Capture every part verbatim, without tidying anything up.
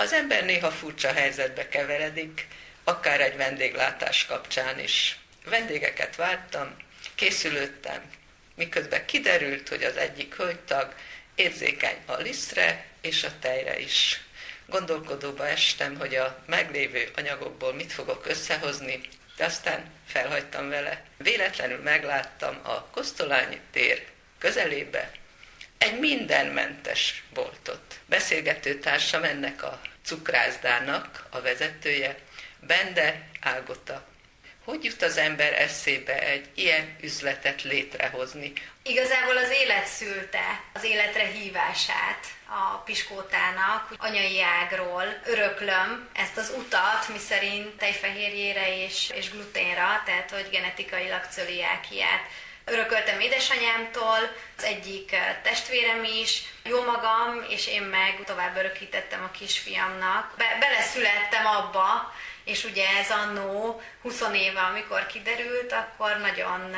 Az ember néha furcsa helyzetbe keveredik, akár egy vendéglátás kapcsán is. Vendégeket vártam, készülődtem, miközben kiderült, hogy az egyik hölgytag érzékeny a lisztre és a tejre is. Gondolkodóba estem, hogy a meglévő anyagokból mit fogok összehozni, de aztán felhagytam vele. Véletlenül megláttam a Kosztolányi tér közelébe egy mindenmentes boltot. Beszélgető társam ennek a cukrászdának a vezetője, Bende Ágota. Hogy jut az ember eszébe egy ilyen üzletet létrehozni? Igazából az élet szülte az életre hívását a Piskótának. Anyai ágról öröklöm ezt az utat, miszerint tejfehérjére és, és gluténra, tehát hogy genetikailag cöliákiát örököltem édesanyámtól, az egyik testvérem is, jó magam, és én meg tovább örökítettem a kisfiamnak. Be, beleszülettem abba, és ugye ez annó húsz éve, amikor kiderült, akkor nagyon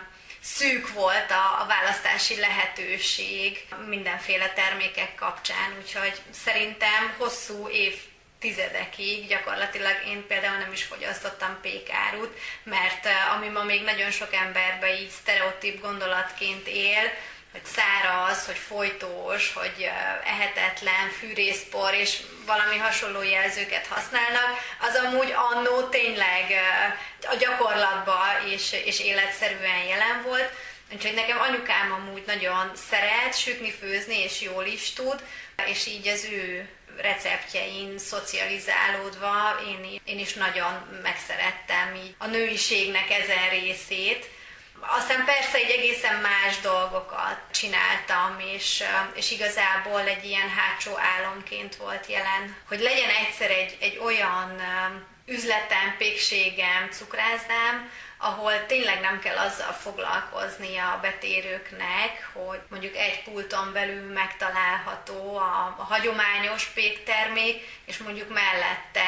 szűk volt a, a választási lehetőség mindenféle termékek kapcsán, úgyhogy szerintem hosszú évtizedekig gyakorlatilag én például nem is fogyasztottam pékárut, mert ami ma még nagyon sok emberben így sztereotíp gondolatként él, hogy száraz, hogy folytós, hogy ehetetlen, fűrészpor és valami hasonló jelzőket használnak, az amúgy annó tényleg a gyakorlatban és, és életszerűen jelen volt. Úgyhogy nekem anyukám amúgy nagyon szeret sütni, főzni, és jól is tud, és így az ő receptjein szocializálódva én, én is nagyon megszerettem így a nőiségnek ezen részét. Aztán persze egy egészen más dolgokat csináltam, és, és igazából egy ilyen hátsó álomként volt jelen, hogy legyen egyszer egy, egy olyan üzletem, pékségem, cukrázdám, ahol tényleg nem kell azzal foglalkozni a betérőknek, hogy mondjuk egy pulton belül megtalálható a, a hagyományos péktermék, és mondjuk mellette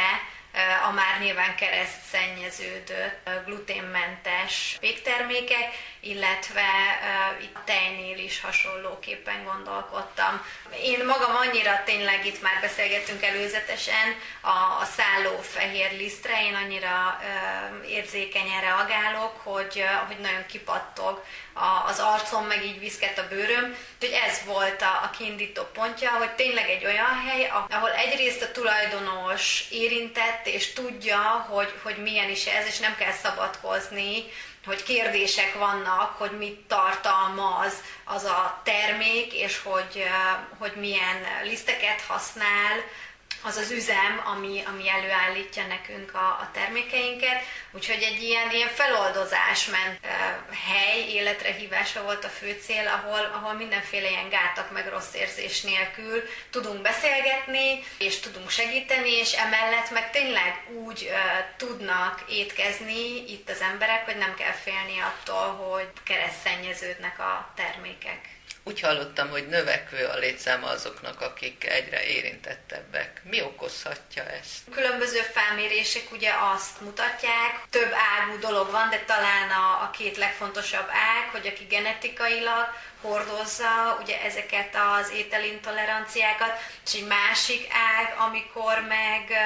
a már nyilván keresztszennyeződött, gluténmentes péktermékek, illetve itt a tejnél is hasonlóképpen gondolkodtam. Én magam annyira tényleg, itt már beszélgettünk előzetesen, a, a szálló fehér lisztre, én annyira érzékenyen reagálok, hogy, hogy nagyon kipattog az arcom, meg így viszket a bőröm. Úgyhogy ez volt a, a kiindító pontja, hogy tényleg egy olyan hely, ahol egyrészt a tulajdonos érintett, és tudja, hogy, hogy milyen is ez, és nem kell szabadkozni, hogy kérdések vannak, hogy mit tartalmaz az a termék, és hogy, hogy milyen liszteket használ, az az üzem, ami, ami előállítja nekünk a, a termékeinket. Úgyhogy egy ilyen, ilyen feloldozásment uh, hely, életre hívása volt a fő cél, ahol, ahol mindenféle ilyen gátak meg rossz érzés nélkül tudunk beszélgetni, és tudunk segíteni, és emellett meg tényleg úgy uh, tudnak étkezni itt az emberek, hogy nem kell félni attól, hogy keresztszennyeződnek a termékek. Úgy hallottam, hogy növekvő a létszáma azoknak, akik egyre érintettebbek. Mi okozhatja ezt? Különböző felmérések ugye azt mutatják, több ágú dolog van, de talán a, a két legfontosabb ág, hogy aki genetikailag hordozza ugye ezeket az ételintoleranciákat, és egy másik ág, amikor meg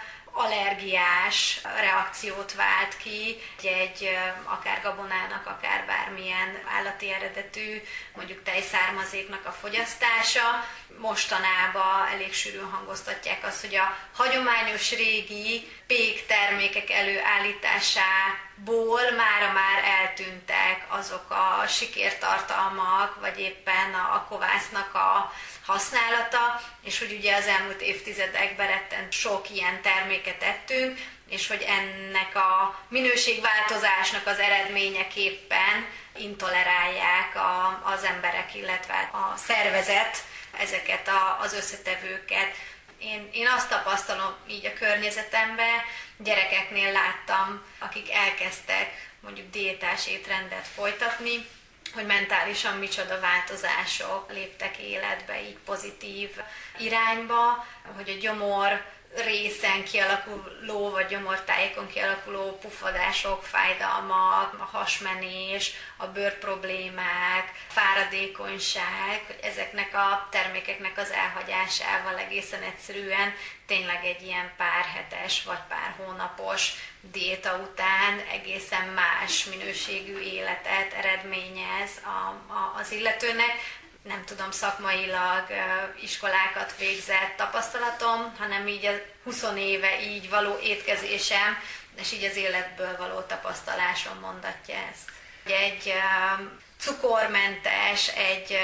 allergiás reakciót vált ki, egy akár gabonának, akár bármilyen állati eredetű, mondjuk tejszármazéknak a fogyasztása. Mostanában elég sűrűn hangoztatják azt, hogy a hagyományos régi pék termékek előállításából mára már eltűntek azok a sikértartalmak, vagy éppen a kovásznak a használata, és hogy ugye az elmúlt évtizedekben rettent sok ilyen terméket ettünk, és hogy ennek a minőségváltozásnak az eredményeképpen intolerálják a, az emberek, illetve a szervezet ezeket a, az összetevőket. Én, én azt tapasztalom így a környezetemben, gyerekeknél láttam, akik elkezdtek mondjuk diétás étrendet folytatni, hogy mentálisan micsoda változások léptek életbe így pozitív irányba, hogy a gyomor részen kialakuló, vagy gyomortájékon kialakuló puffadások, fájdalmak, a hasmenés, a bőrproblémák, fáradékonyság, hogy ezeknek a termékeknek az elhagyásával egészen egyszerűen tényleg egy ilyen pár hetes vagy pár hónapos diéta után egészen más minőségű életet eredményez a, a, az illetőnek. Nem tudom, szakmailag iskolákat végzett tapasztalatom, hanem így a húsz éve így való étkezésem, és így az életből való tapasztalásom mondatja ezt. Egy cukormentes, egy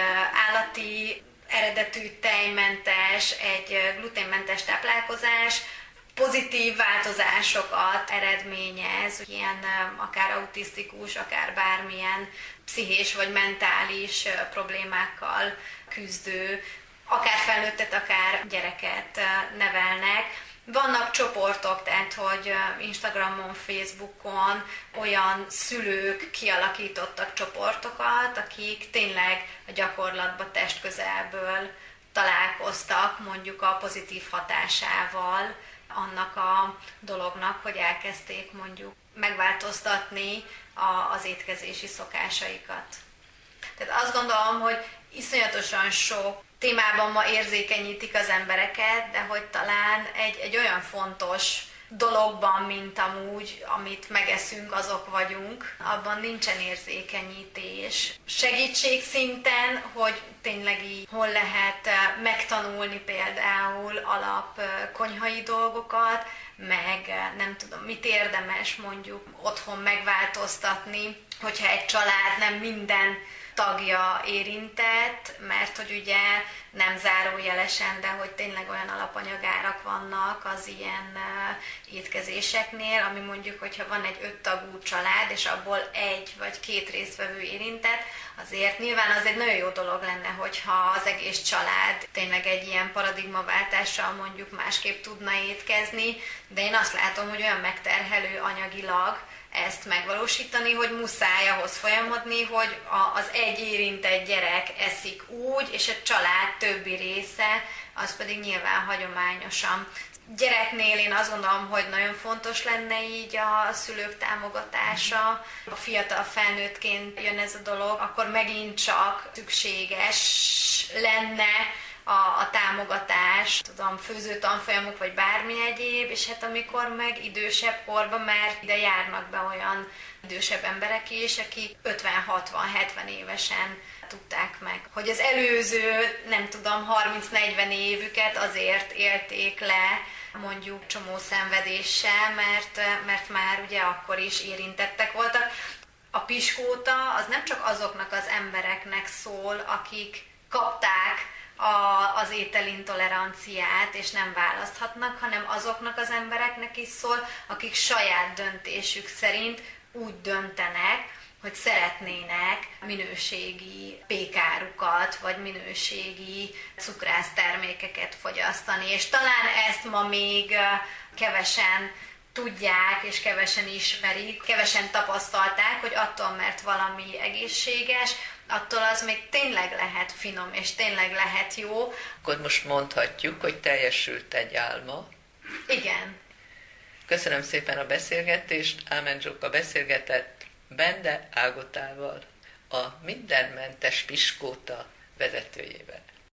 állati eredetű tejmentes, egy gluténmentes táplálkozás pozitív változásokat eredményez, ilyen akár autisztikus, akár bármilyen pszichés vagy mentális problémákkal küzdő, akár felnőttet, akár gyereket nevelnek. Vannak csoportok, tehát hogy Instagramon, Facebookon olyan szülők kialakítottak csoportokat, akik tényleg a gyakorlatban testközelből találkoztak mondjuk a pozitív hatásával annak a dolognak, hogy elkezdték mondjuk megváltoztatni a, az étkezési szokásaikat. Tehát azt gondolom, hogy iszonyatosan sok témában ma érzékenyítik az embereket, de hogy talán egy, egy olyan fontos dologban, mint amúgy, amit megeszünk, azok vagyunk, abban nincsen érzékenyítés. Segítségszinten, hogy tényleg így hol lehet megtanulni például alap konyhai dolgokat, meg nem tudom, mit érdemes mondjuk otthon megváltoztatni, hogyha egy család nem minden tagja érintett, mert hogy ugye nem zárójelesen, de hogy tényleg olyan alapanyagárak vannak az ilyen uh, étkezéseknél, ami mondjuk, hogyha van egy öt tagú család, és abból egy vagy két résztvevő érintett, azért nyilván az egy nagyon jó dolog lenne, hogyha az egész család tényleg egy ilyen paradigmaváltással mondjuk másképp tudna étkezni, de én azt látom, hogy olyan megterhelő anyagilag ezt megvalósítani, hogy muszáj ahhoz folyamodni, hogy az egy érintett gyerek eszik úgy, és a család többi része, az pedig nyilván hagyományosan. Gyereknél én azt gondolom, hogy nagyon fontos lenne így a szülők támogatása. A fiatal felnőttként jön ez a dolog, akkor megint csak szükséges lenne A, a támogatás, tudom, főzőtanfolyamok vagy bármi egyéb, és hát amikor meg idősebb korban, mert ide járnak be olyan idősebb emberek is, akik ötven-hatvan-hetven évesen tudták meg, hogy az előző, nem tudom, harminc-negyven évüket azért élték le, mondjuk csomó szenvedéssel, mert, mert már ugye akkor is érintettek voltak. A piskóta az nem csak azoknak az embereknek szól, akik kapták A, az ételintoleranciát, és nem választhatnak, hanem azoknak az embereknek is szól, akik saját döntésük szerint úgy döntenek, hogy szeretnének minőségi pékárukat, vagy minőségi cukrásztermékeket fogyasztani. És talán ezt ma még kevesen tudják, és kevesen ismerik, kevesen tapasztalták, hogy attól, mert valami egészséges, attól az még tényleg lehet finom, és tényleg lehet jó. Akkor most mondhatjuk, hogy teljesült egy álma. Igen. Köszönöm szépen a beszélgetést. Ámen Zsóka beszélgetett Bende Ágotával, a Mindenmentes Piskóta vezetőjével.